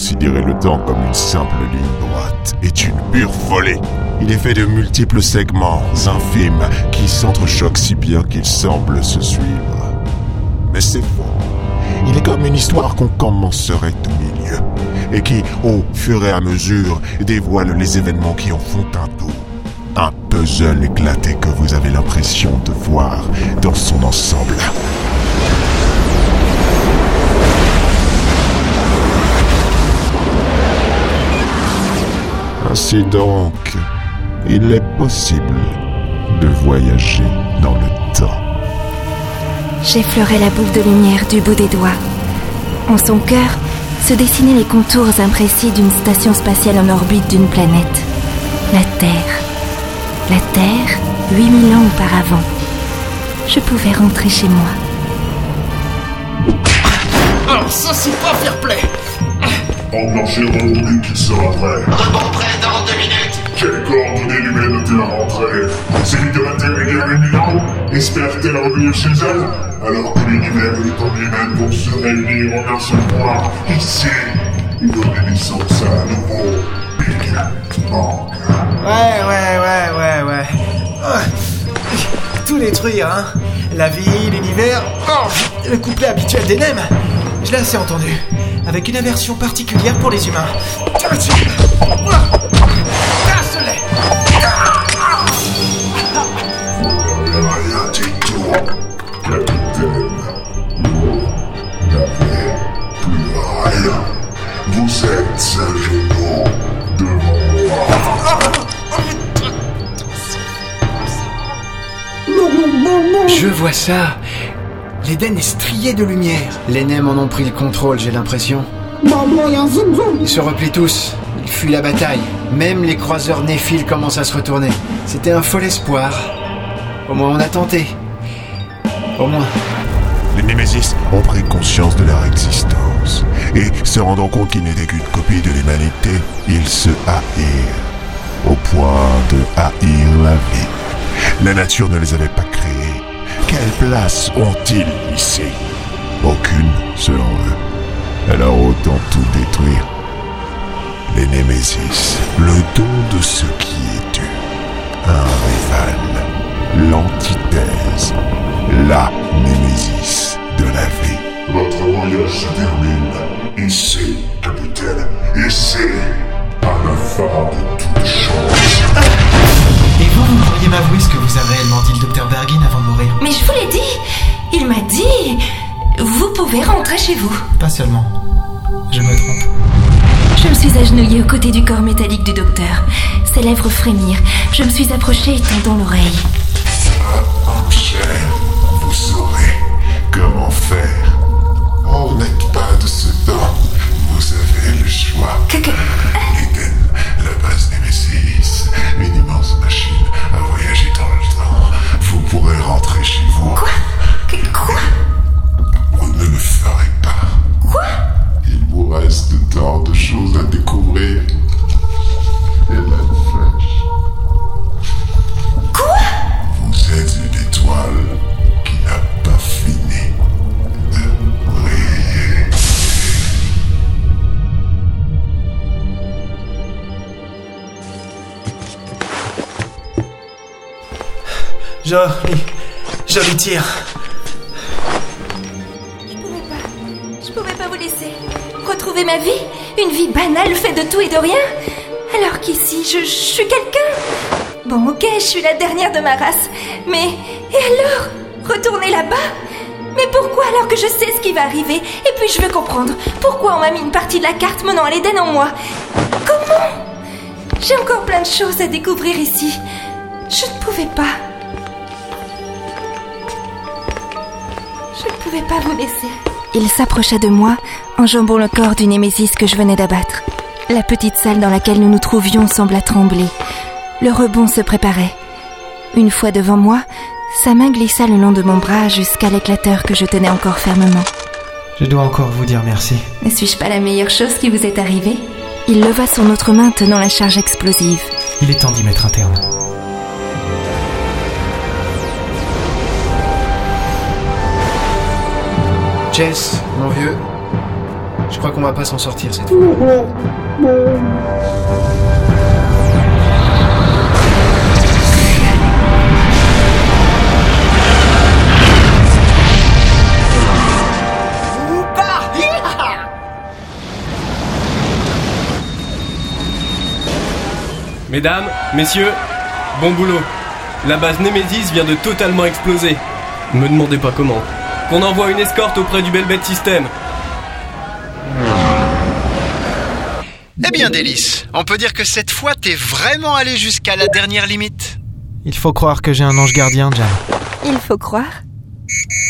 considérer le temps comme une simple ligne droite est une pure folie. Il est fait de multiples segments infimes qui s'entrechoquent si bien qu'ils semblent se suivre. Mais c'est faux. Il est comme une histoire qu'on commencerait au milieu et qui, au fur et à mesure, dévoile les événements qui en font un tout. Un puzzle éclaté que vous avez l'impression de voir dans son ensemble. Ainsi donc, il est possible de voyager dans le temps. J'effleurais la boule de lumière du bout des doigts. En son cœur se dessinaient les contours imprécis d'une station spatiale en orbite d'une planète. La Terre. La Terre, 8000 ans auparavant. Je pouvais rentrer chez moi. Oh, ça c'est pas fair play. Enclenchez vos routes qui sera prêt. Rebond prêt dans 2 minutes. Quelles coordonnées lui mènent à la rentrée? Celui de la Terre il y a 8000 ans? Espère-t-elle revenir chez elle? Alors que l'univers et les temps humains vont se réunir en un seul point, ici, et donner naissance à un nouveau Big Bang. Ouais. Tout détruire, hein. La vie, l'univers, le couplet habituel des nems. Je l'ai assez entendu. Avec une aversion particulière pour les humains. Casse-les! Vous n'avez rien dit tout, capitaine. Vous n'avez plus rien. Vous êtes à genoux devant moi. Je vois ça. L'Éden est strié de lumière. Les nems en ont pris le contrôle, j'ai l'impression. Ils se replient tous. Ils fuient la bataille. Même les croiseurs néphiles commencent à se retourner. C'était un fol espoir. Au moins on a tenté. Au moins. Les Némésis ont pris conscience de leur existence et, se rendant compte qu'ils n'étaient qu'une copie de l'humanité, ils se haïrent, au point de haïr la vie. La nature ne les avait pas créés. Quelle place ont-ils ici? Aucune, selon eux. Alors autant tout détruire. Les Némésis, le don de ce qui est dû. Un rival, l'antithèse, la Némésis de la vie. Votre voyage se termine ici, capitaine. Ici, à la fin de toute chose. Et vous pourriez m'avouer ce que vous a réellement dit le docteur Bergin avant de mourir? Mais je vous l'ai dit. Il m'a dit... Vous pouvez rentrer chez vous. Pas seulement. Je me trompe. Je me suis agenouillée aux côtés du corps métallique du docteur. Ses lèvres frémirent. Je me suis approchée et tendant l'oreille. En chair, vous saurez comment faire. Oh, vous n'êtes pas de ce temps. Vous avez le choix. L'Éden, la base Némésis, une immense machine à voyager dans le temps. Vous pourrez rentrer chez vous. Quoi? Vous ne le ferez pas. Quoi? Il vous reste tant de choses à découvrir. Et la flèche. Quoi? Vous êtes une étoile qui n'a pas fini de briller. Joli tir. Je pouvais pas vous laisser. Retrouver ma vie? Une vie banale faite de tout et de rien? Alors qu'ici, je suis quelqu'un. Bon, ok, je suis la dernière de ma race. Mais, et alors? Retourner là-bas? Mais pourquoi alors que je sais ce qui va arriver? Et puis je veux comprendre. Pourquoi on m'a mis une partie de la carte menant à l'Éden en moi? Comment? J'ai encore plein de choses à découvrir ici. Je ne pouvais pas. Je ne pouvais pas vous laisser. Il s'approcha de moi, enjambant le corps du Némésis que je venais d'abattre. La petite salle dans laquelle nous nous trouvions sembla trembler. Le rebond se préparait. Une fois devant moi, sa main glissa le long de mon bras jusqu'à l'éclateur que je tenais encore fermement. Je dois encore vous dire merci. Ne suis-je pas la meilleure chose qui vous est arrivée? Il leva son autre main tenant la charge explosive. Il est temps d'y mettre un terme. Jess, mon vieux, Je crois qu'on va pas s'en sortir cette fois. Mesdames, messieurs, bon boulot. La base Nemesis vient de totalement exploser. Me demandez pas comment. Qu'on envoie une escorte auprès du Belbet System. Eh bien, Délice, on peut dire que cette fois, t'es vraiment allé jusqu'à la dernière limite. Il faut croire que j'ai un ange gardien, Jam. Il faut croire.